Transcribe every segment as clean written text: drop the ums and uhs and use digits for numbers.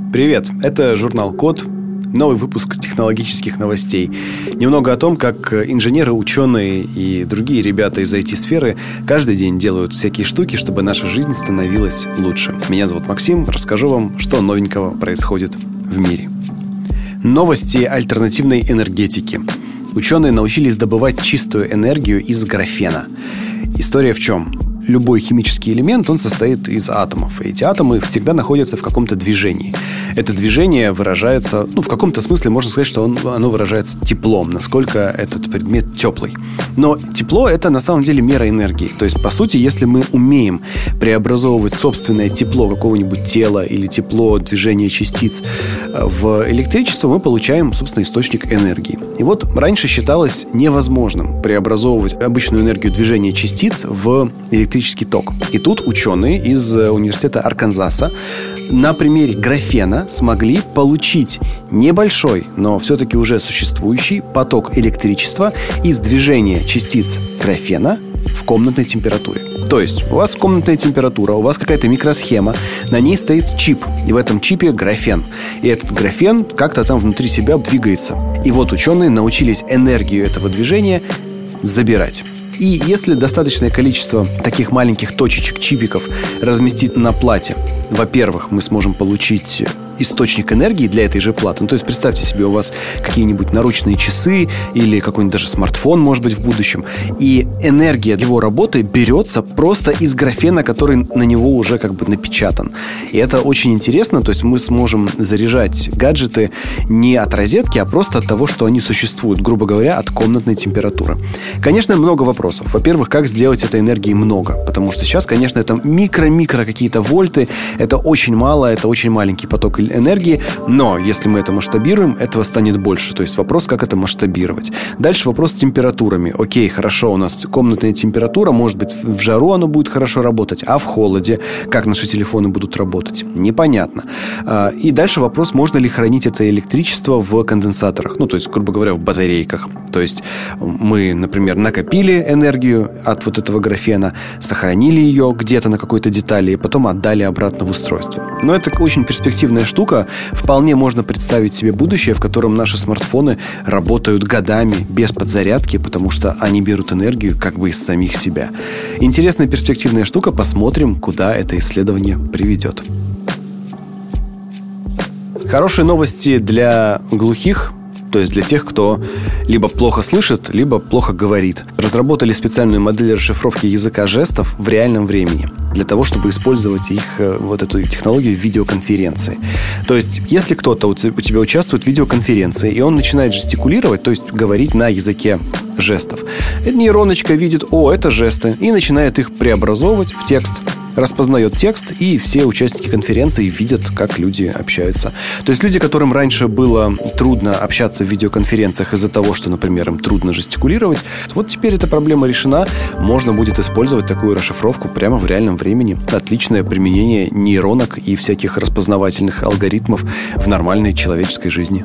Привет, это журнал Код, новый выпуск технологических новостей. Немного о том, как инженеры, ученые и другие ребята из IT-сферы каждый день делают всякие штуки, чтобы наша жизнь становилась лучше. Меня зовут Максим, расскажу вам, что новенького происходит в мире. Новости альтернативной энергетики. Ученые научились добывать чистую энергию из графена. История в чем? Любой химический элемент, он состоит из атомов. И эти атомы всегда находятся в каком-то движении. Это движение выражается, в каком-то смысле можно сказать, что оно выражается теплом, насколько этот предмет теплый. Но тепло – это на самом деле мера энергии. То есть, по сути, если мы умеем преобразовывать собственное тепло какого-нибудь тела или тепло движения частиц в электричество, мы получаем, собственно, источник энергии. И вот раньше считалось невозможным преобразовывать обычную энергию движения частиц в электрический ток. И тут ученые из университета Арканзаса на примере графена смогли получить небольшой, но все-таки уже существующий поток электричества из движения частиц графена в комнатной температуре. То есть у вас комнатная температура, у вас какая-то микросхема, на ней стоит чип, и в этом чипе графен. И этот графен как-то там внутри себя двигается. И вот ученые научились энергию этого движения забирать. И если достаточное количество таких маленьких точечек, чипиков разместить на плате, во-первых, мы сможем получить источник энергии для этой же платы. То есть представьте себе, у вас какие-нибудь наручные часы или какой-нибудь даже смартфон, может быть, в будущем. И энергия его работы берется просто из графена, который на него уже напечатан. И это очень интересно. То есть мы сможем заряжать гаджеты не от розетки, а просто от того, что они существуют, грубо говоря, от комнатной температуры. Конечно, много вопросов. Во-первых, как сделать этой энергии много? Потому что сейчас, конечно, это микро какие-то вольты. Это очень мало, это очень маленький поток энергии, но если мы это масштабируем, этого станет больше. То есть вопрос, как это масштабировать. Дальше вопрос с температурами. Окей, хорошо, у нас комнатная температура, может быть, в жару оно будет хорошо работать, а в холоде как наши телефоны будут работать? Непонятно. И дальше вопрос, можно ли хранить это электричество в конденсаторах, то есть, грубо говоря, в батарейках. То есть мы, например, накопили энергию от вот этого графена, сохранили ее где-то на какой-то детали и потом отдали обратно в устройство. Но это очень перспективная штука. Вполне можно представить себе будущее, в котором наши смартфоны работают годами без подзарядки, потому что они берут энергию как бы из самих себя. Интересная перспективная штука. Посмотрим, куда это исследование приведет. Хорошие новости для глухих. То есть для тех, кто либо плохо слышит, либо плохо говорит. Разработали специальную модель расшифровки языка жестов в реальном времени для того, чтобы использовать эту технологию в видеоконференции. То есть, если кто-то у тебя участвует в видеоконференции, и он начинает жестикулировать, то есть говорить на языке жестов, нейроночка видит, это жесты, и начинает их преобразовывать в текст. Распознает текст, и все участники конференции видят, как люди общаются. То есть люди, которым раньше было трудно общаться в видеоконференциях из-за того, что, например, им трудно жестикулировать, вот теперь эта проблема решена. Можно будет использовать такую расшифровку прямо в реальном времени. Отличное применение нейронок и всяких распознавательных алгоритмов в нормальной человеческой жизни.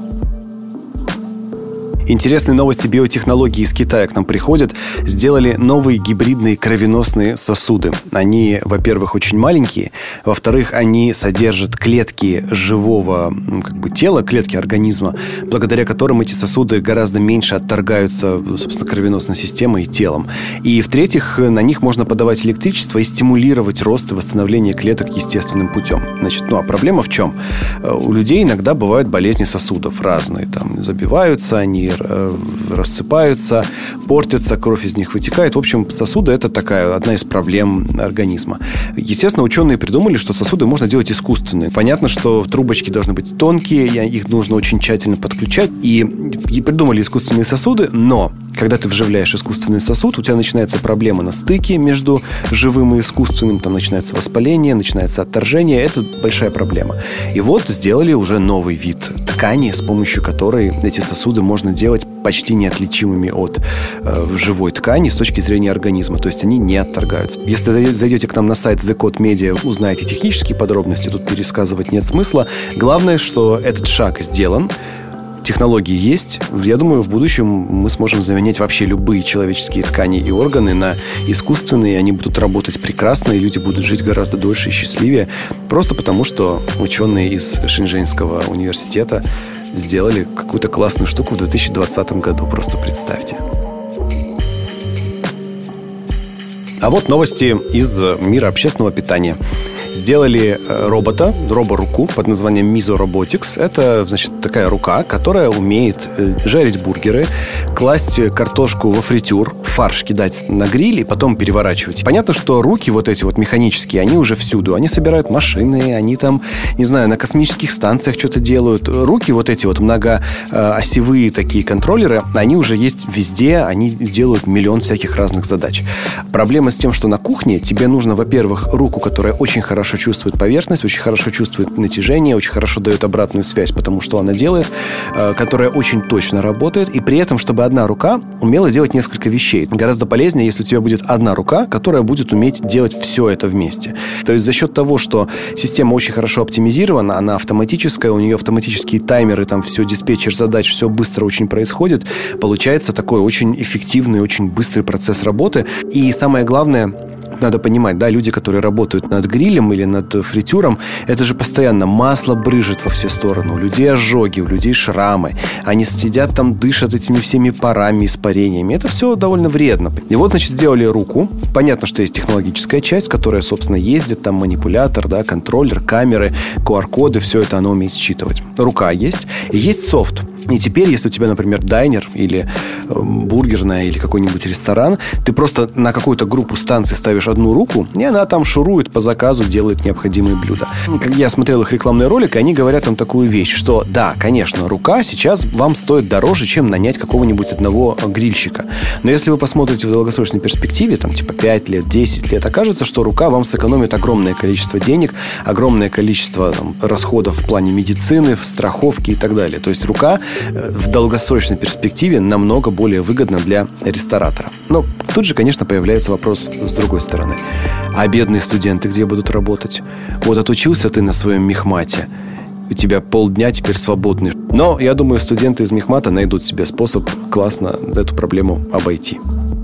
Интересные новости биотехнологии из Китая к нам приходят. Сделали новые гибридные кровеносные сосуды. Они, во-первых, очень маленькие. Во-вторых, они содержат клетки живого тела, клетки организма, благодаря которым эти сосуды гораздо меньше отторгаются, собственно, кровеносной системой и телом. И, в-третьих, на них можно подавать электричество и стимулировать рост и восстановление клеток естественным путем. А проблема в чем? У людей иногда бывают болезни сосудов разные. Забиваются они, рассыпаются, портятся, кровь из них вытекает. В общем, сосуды – это одна из проблем организма. Естественно, ученые придумали, что сосуды можно делать искусственные. Понятно, что трубочки должны быть тонкие, их нужно очень тщательно подключать. И придумали искусственные сосуды, но когда ты вживляешь искусственный сосуд, у тебя начинается проблема на стыке между живым и искусственным. Там начинается воспаление, начинается отторжение. Это большая проблема. И вот сделали уже новый вид ткани, с помощью которой эти сосуды можно делать почти неотличимыми от живой ткани с точки зрения организма. То есть они не отторгаются. Если зайдете к нам на сайт The Code Media, узнаете технические подробности, тут пересказывать нет смысла. Главное, что этот шаг сделан. технологии есть. Я думаю, в будущем мы сможем заменять вообще любые человеческие ткани и органы на искусственные. Они будут работать прекрасно, и люди будут жить гораздо дольше и счастливее. Просто потому, что ученые из Шэньчжэньского университета сделали какую-то классную штуку в 2020 году. Просто представьте. А вот новости из мира общественного питания. Сделали робота, роборуку под названием Miso Robotics. Это, значит, такая рука, которая умеет жарить бургеры, класть картошку во фритюр, фарш кидать на гриль и потом переворачивать. Понятно, что руки вот эти вот механические, они уже всюду. Они собирают машины, они там, не знаю, на космических станциях что-то делают. Руки вот эти вот многоосевые такие контроллеры, они уже есть везде, они делают миллион всяких разных задач. Проблема с тем, что на кухне тебе нужно, во-первых, руку, которая очень хорошо чувствует поверхность, очень хорошо чувствует натяжение, очень хорошо дает обратную связь, потому что она делает, которая очень точно работает, и при этом, чтобы одна рука умела делать несколько вещей. Гораздо полезнее, если у тебя будет одна рука, которая будет уметь делать все это вместе. То есть за счет того, что система очень хорошо оптимизирована, она автоматическая, у нее автоматические таймеры, там все, диспетчер задач, все быстро очень происходит, получается такой очень эффективный, очень быстрый процесс работы. И самое главное, надо понимать, да, люди, которые работают над грилем или над фритюром, это же постоянно масло брызжет во все стороны, у людей ожоги, у людей шрамы, они сидят там, дышат этими всеми парами, испарениями, это все довольно вредно. И вот, значит, сделали руку, понятно, что есть технологическая часть, которая, собственно, ездит, там манипулятор, да, контроллер, камеры, QR-коды, все это она умеет считывать. Рука есть, и есть софт. И теперь, если у тебя, например, дайнер или бургерная или какой-нибудь ресторан, ты просто на какую-то группу станций ставишь одну руку, и она там шурует по заказу, делает необходимые блюда. Как я смотрел их рекламный ролик, они говорят там такую вещь, что да, конечно, рука сейчас вам стоит дороже, чем нанять какого-нибудь одного грильщика. Но если вы посмотрите в долгосрочной перспективе, там типа 5 лет, 10 лет, окажется, что рука вам сэкономит огромное количество денег, огромное количество там расходов в плане медицины, страховки и так далее. То есть рука в долгосрочной перспективе намного более выгодно для ресторатора. Но тут же, конечно, появляется вопрос с другой стороны. А бедные студенты где будут работать? Вот отучился ты на своем мехмате, у тебя полдня теперь свободный. Но, я думаю, студенты из мехмата найдут себе способ классно эту проблему обойти.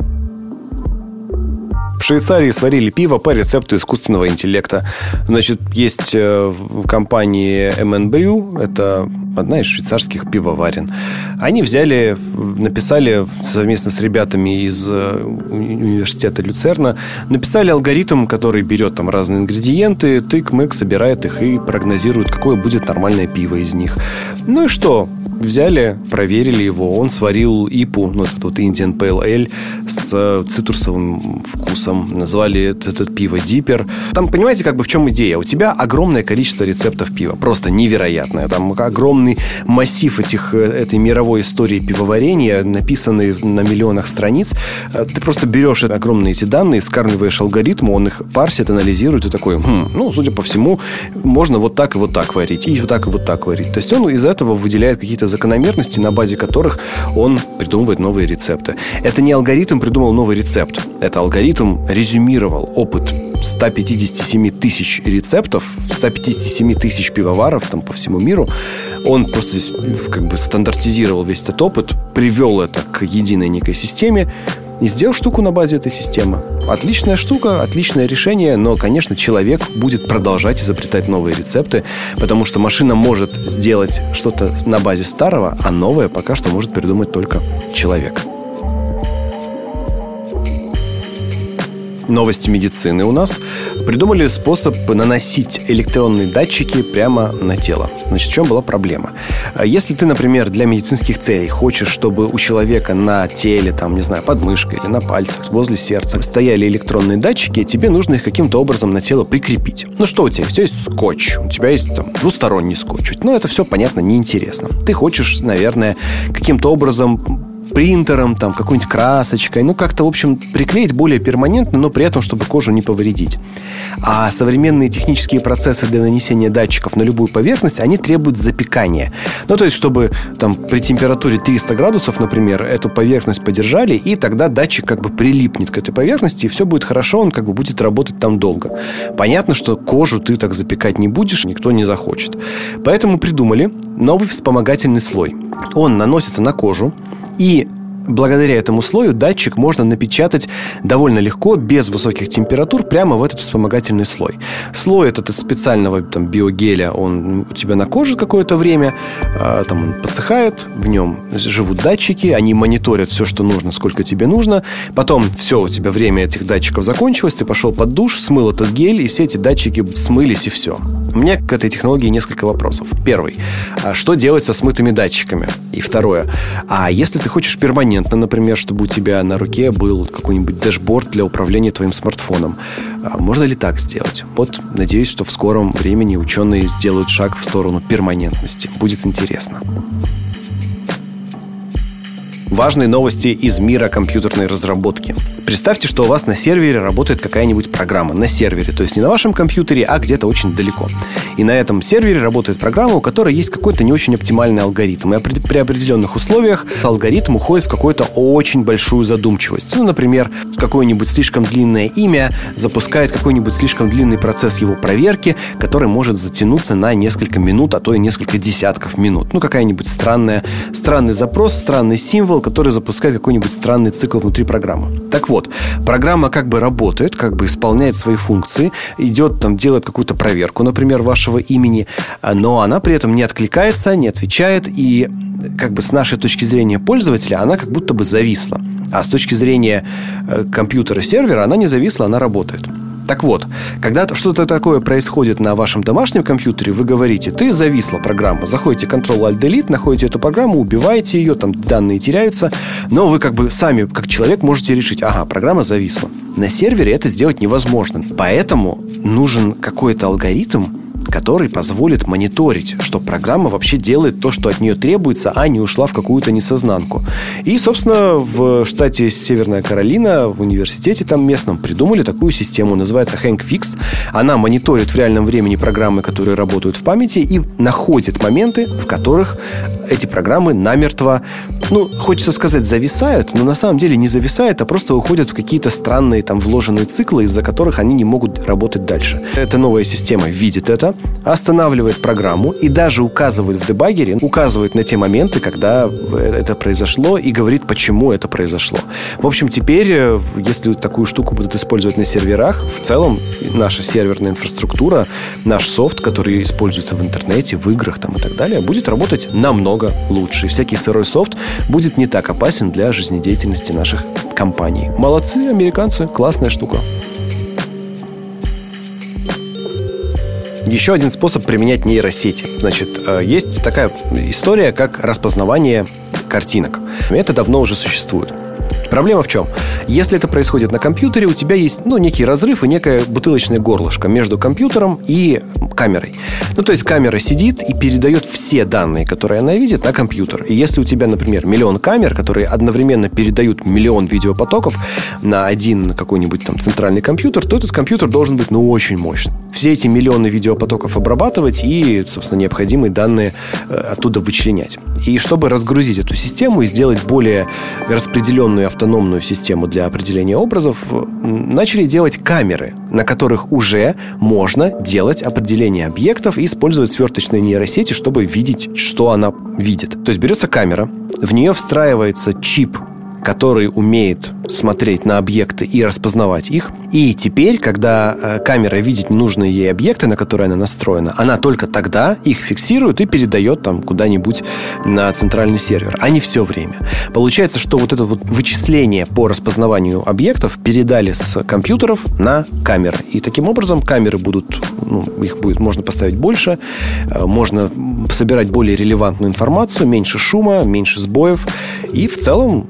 В Швейцарии сварили пиво по рецепту искусственного интеллекта. Значит, есть в компании MN Brew, это одна из швейцарских пивоварен. Они взяли, написали совместно с ребятами из университета Люцерна, написали алгоритм, который берет там разные ингредиенты, тык-мык, собирает их и прогнозирует, какое будет нормальное пиво из них. Ну и что? Взяли, проверили его. Он сварил ипу, этот вот Indian Pale Ale с цитрусовым вкусом. Назвали это пиво Диппер. Там, понимаете, как бы в чем идея? У тебя огромное количество рецептов пива. Просто невероятное. Там огромный массив этой мировой истории пивоварения, написанный на миллионах страниц. Ты просто берешь огромные эти данные, скармливаешь алгоритму, он их парсит, анализирует и такой, судя по всему, можно вот так и вот так варить. И вот так и вот так варить. То есть он из этого выделяет какие-то закономерности, на базе которых он придумывает новые рецепты. Это не алгоритм придумал новый рецепт. Это алгоритм резюмировал опыт 157 тысяч рецептов, 157 тысяч пивоваров там по всему миру. Он просто как бы стандартизировал весь этот опыт, привел это к единой некой системе и сделал штуку на базе этой системы. Отличная штука, отличное решение, но, конечно, человек будет продолжать изобретать новые рецепты, потому что машина может сделать что-то на базе старого, а новое пока что может придумать только человек. Новости медицины у нас. Придумали способ наносить электронные датчики прямо на тело. Значит, в чем была проблема? Если ты, например, для медицинских целей хочешь, чтобы у человека на теле, там, не знаю, под мышкой или на пальцах, возле сердца стояли электронные датчики, тебе нужно их каким-то образом на тело прикрепить. Ну что у тебя? У тебя есть скотч, у тебя есть там двусторонний скотч. Но это все, понятно, неинтересно. Ты хочешь, наверное, каким-то образом принтером, там, какой-нибудь красочкой. Ну, как-то, в общем, приклеить более перманентно, но при этом, чтобы кожу не повредить. А современные технические процессы для нанесения датчиков на любую поверхность, они требуют запекания. Ну, то есть, чтобы там при температуре 300 градусов, например, эту поверхность подержали, и тогда датчик как бы прилипнет к этой поверхности, и все будет хорошо, он как бы будет работать там долго. Понятно, что кожу ты так запекать не будешь, никто не захочет. Поэтому придумали новый вспомогательный слой. Он наносится на кожу, и благодаря этому слою датчик можно напечатать довольно легко, без высоких температур, прямо в этот вспомогательный слой. Слой этот из специального там, биогеля, он у тебя на коже какое-то время, там он подсыхает, в нем живут датчики, они мониторят все, что нужно, сколько тебе нужно. Потом все, у тебя время этих датчиков закончилось, ты пошел под душ, смыл этот гель, и все эти датчики смылись, и все. У меня к этой технологии несколько вопросов. Первый. Что делать со смытыми датчиками? И второе. А если ты хочешь перманентно, например, чтобы у тебя на руке был какой-нибудь дэшборд для управления твоим смартфоном, можно ли так сделать? Вот, надеюсь, что в скором времени ученые сделают шаг в сторону перманентности. Будет интересно. Важные новости из мира компьютерной разработки. Представьте, что у вас на сервере работает какая-нибудь программа. На сервере, то есть не на вашем компьютере, а где-то очень далеко. И на этом сервере работает программа, у которой есть какой-то не очень оптимальный алгоритм. И при определенных условиях алгоритм уходит в какую-то очень большую задумчивость. Ну, например, какое-нибудь слишком длинное имя запускает какой-нибудь слишком длинный процесс его проверки, который может затянуться на несколько минут, а то и несколько десятков минут. Ну, какая-нибудь странный запрос, странный символ, который запускает какой-нибудь странный цикл внутри программы. Так вот, программа как бы работает, как бы исполняет свои функции, идет там, делает какую-то проверку, например, вашего имени, но она при этом не откликается, не отвечает, и как бы с нашей точки зрения пользователя она как будто бы зависла. А с точки зрения компьютера-сервера она не зависла, она работает. Так вот, когда что-то такое происходит на вашем домашнем компьютере, вы говорите: ты зависла программа. Заходите Ctrl-Alt-Delete, находите эту программу, убиваете ее, там данные теряются. Но вы как бы сами, как человек, можете решить: ага, программа зависла. На сервере это сделать невозможно. Поэтому нужен какой-то алгоритм, который позволит мониторить, что программа вообще делает то, что от нее требуется, а не ушла в какую-то несознанку. И, собственно, в штате Северная Каролина, в университете там местном, придумали такую систему, называется Hank Fix. Она мониторит в реальном времени программы, которые работают в памяти, и находит моменты, в которых эти программы намертво, хочется сказать, зависают, но на самом деле не зависают, а просто уходят в какие-то странные там вложенные циклы, из-за которых они не могут работать дальше. Эта новая система видит это, останавливает программу и даже указывает в дебаггере, указывает на те моменты, когда это произошло, и говорит, почему это произошло. В общем, теперь, если такую штуку будут использовать на серверах, в целом наша серверная инфраструктура, наш софт, который используется в интернете, в играх там, и так далее, будет работать намного лучше. И всякий сырой софт будет не так опасен для жизнедеятельности наших компаний. Молодцы, американцы, классная штука. Еще один способ применять нейросети. Значит, есть такая история, как распознавание картинок. Это давно уже существует. Проблема в чем? Если это происходит на компьютере, у тебя есть, некий разрыв и некое бутылочное горлышко между компьютером и камерой. То есть камера сидит и передает все данные, которые она видит, на компьютер. И если у тебя, например, 1 миллион камер, которые одновременно передают 1 миллион видеопотоков на один какой-нибудь там центральный компьютер, то этот компьютер должен быть, очень мощный. Все эти миллионы видеопотоков обрабатывать и, собственно, необходимые данные оттуда вычленять. И чтобы разгрузить эту систему и сделать более распределенную автономную систему для определения образов, начали делать камеры, на которых уже можно делать определение объектов и использовать сверточные нейросети, чтобы видеть, что она видит. То есть берется камера, в нее встраивается чип, который умеет смотреть на объекты и распознавать их. И теперь, когда камера видит нужные ей объекты, на которые она настроена, она только тогда их фиксирует и передает там куда-нибудь на центральный сервер, а не все время. Получается, что вот это вот вычисление по распознаванию объектов передали с компьютеров на камеры. И таким образом камеры будут, их будет можно поставить больше, можно собирать более релевантную информацию, меньше шума, меньше сбоев, и в целом будет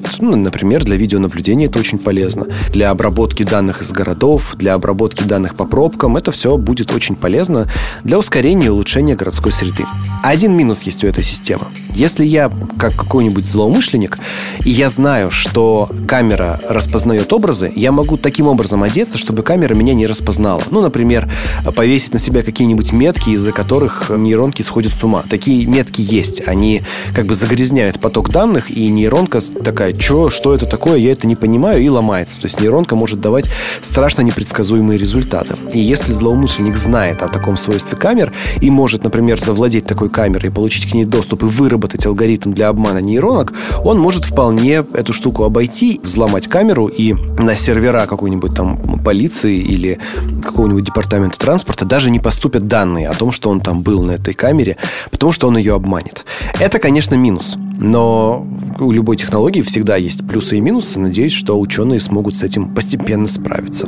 используют, например, для видеонаблюдения это очень полезно, для обработки данных из городов, для обработки данных по пробкам. Это все будет очень полезно для ускорения и улучшения городской среды. Один минус есть у этой системы. Если я, как какой-нибудь злоумышленник, и я знаю, что камера распознает образы, я могу таким образом одеться, чтобы камера меня не распознала. Например, повесить на себя какие-нибудь метки, из-за которых нейронки сходят с ума. Такие метки есть. Они как бы загрязняют поток данных, и нейронка такая: что это такое, я это не понимаю, и ломается. То есть нейронка может давать страшно непредсказуемые результаты. И если злоумышленник знает о таком свойстве камер и может, например, завладеть такой камерой, получить к ней доступ и выработать алгоритм для обмана нейронок, он может вполне эту штуку обойти, взломать камеру, и на сервера какой-нибудь там полиции или какого-нибудь департамента транспорта даже не поступят данные о том, что он там был на этой камере, потому что он ее обманет. Это, конечно, минус. Но у любой технологии всегда есть плюсы и минусы. Надеюсь, что ученые смогут с этим постепенно справиться.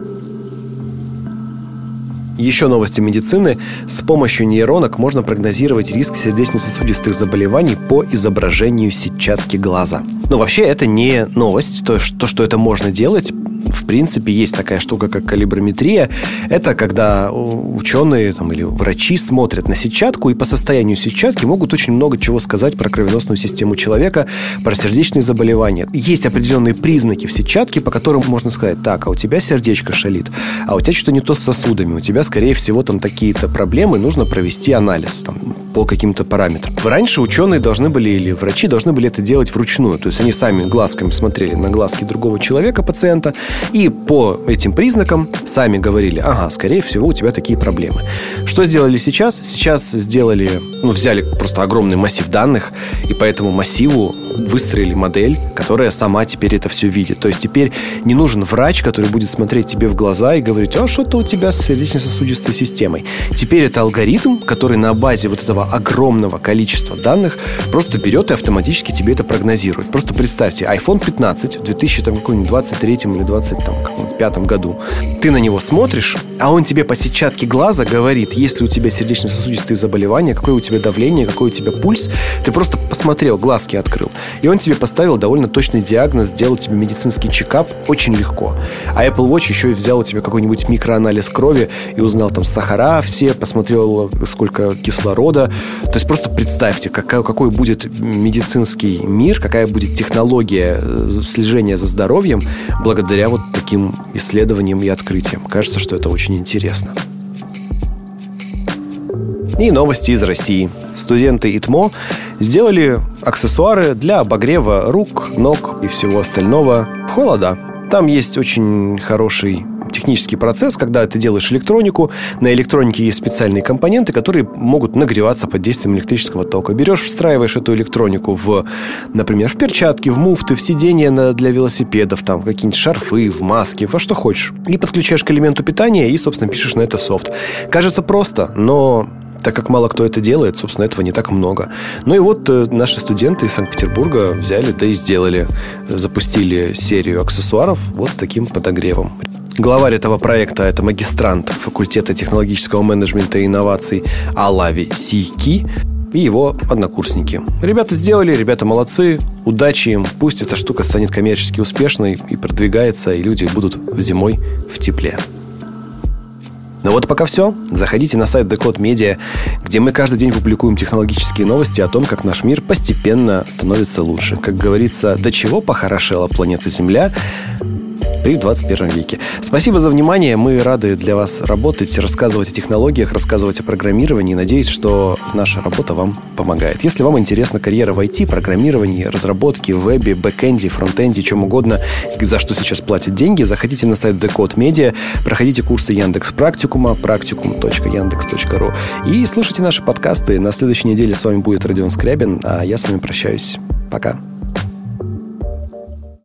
Еще новости медицины. С помощью нейронок можно прогнозировать риск сердечно-сосудистых заболеваний по изображению сетчатки глаза. Но вообще это не новость. То, что это можно делать. В принципе, есть такая штука, как калиброметрия. Это когда ученые или врачи смотрят на сетчатку и по состоянию сетчатки могут очень много чего сказать про кровеносную систему человека, про сердечные заболевания. Есть определенные признаки в сетчатке, по которым можно сказать: так, а у тебя сердечко шалит, а у тебя что-то не то с сосудами, у тебя, скорее всего, там такие-то проблемы, нужно провести анализ по каким-то параметрам. Раньше ученые должны были, или врачи должны были это делать вручную. То есть они сами глазками смотрели на глазки другого человека, пациента, и по этим признакам сами говорили: ага, скорее всего, у тебя такие проблемы. Что сделали сейчас? Сейчас сделали, взяли просто огромный массив данных, и по этому массиву выстроили модель, которая сама теперь это все видит. То есть теперь не нужен врач, который будет смотреть тебе в глаза и говорить: а что-то у тебя с сердечно-сосудистой системой. Теперь это алгоритм, который на базе вот этого огромного количества данных просто берет и автоматически тебе это прогнозирует. Просто представьте, iPhone 15 в 2023 или 2025 году. Ты на него смотришь, а он тебе по сетчатке глаза говорит, есть ли у тебя сердечно-сосудистые заболевания, какое у тебя давление, какой у тебя пульс. Ты просто посмотрел, глазки открыл. И он тебе поставил довольно точный диагноз, сделал тебе медицинский чекап очень легко. А Apple Watch еще и взял у тебя какой-нибудь микроанализ крови и узнал там сахара все, посмотрел, сколько кислорода. То есть просто представьте, какой будет медицинский мир, какая будет технология слежения за здоровьем благодаря вот таким исследованиям и открытиям. Кажется, что это очень интересно. И новости из России. Студенты ИТМО сделали аксессуары для обогрева рук, ног и всего остального в холода. Там есть очень хороший технический процесс, когда ты делаешь электронику. На электронике есть специальные компоненты, которые могут нагреваться под действием электрического тока. Берешь, встраиваешь эту электронику например, в перчатки, в муфты, в сиденья для велосипедов, в какие-нибудь шарфы, в маски, во что хочешь. И подключаешь к элементу питания и, собственно, пишешь на это софт. Кажется просто, но так как мало кто это делает, собственно, этого не так много. Ну и вот наши студенты из Санкт-Петербурга взяли, да и сделали. Запустили серию аксессуаров вот с таким подогревом. Главарь этого проекта – это магистрант факультета технологического менеджмента и инноваций Алави Сейки и его однокурсники. Ребята сделали, ребята молодцы, удачи им. Пусть эта штука станет коммерчески успешной и продвигается, и люди будут зимой в тепле. Ну вот пока все. Заходите на сайт The Code Media, где мы каждый день публикуем технологические новости о том, как наш мир постепенно становится лучше. Как говорится, до чего похорошела планета Земля при 21 веке. Спасибо за внимание. Мы рады для вас работать, рассказывать о технологиях, рассказывать о программировании. Надеюсь, что наша работа вам помогает. Если вам интересна карьера в IT, программировании, разработке, вебе, бэкэнде, фронтенде, чем угодно, за что сейчас платят деньги, заходите на сайт The Code Media, проходите курсы Яндекс.Практикума, practicum.yandex.ru и слушайте наши подкасты. На следующей неделе с вами будет Родион Скрябин, а я с вами прощаюсь. Пока.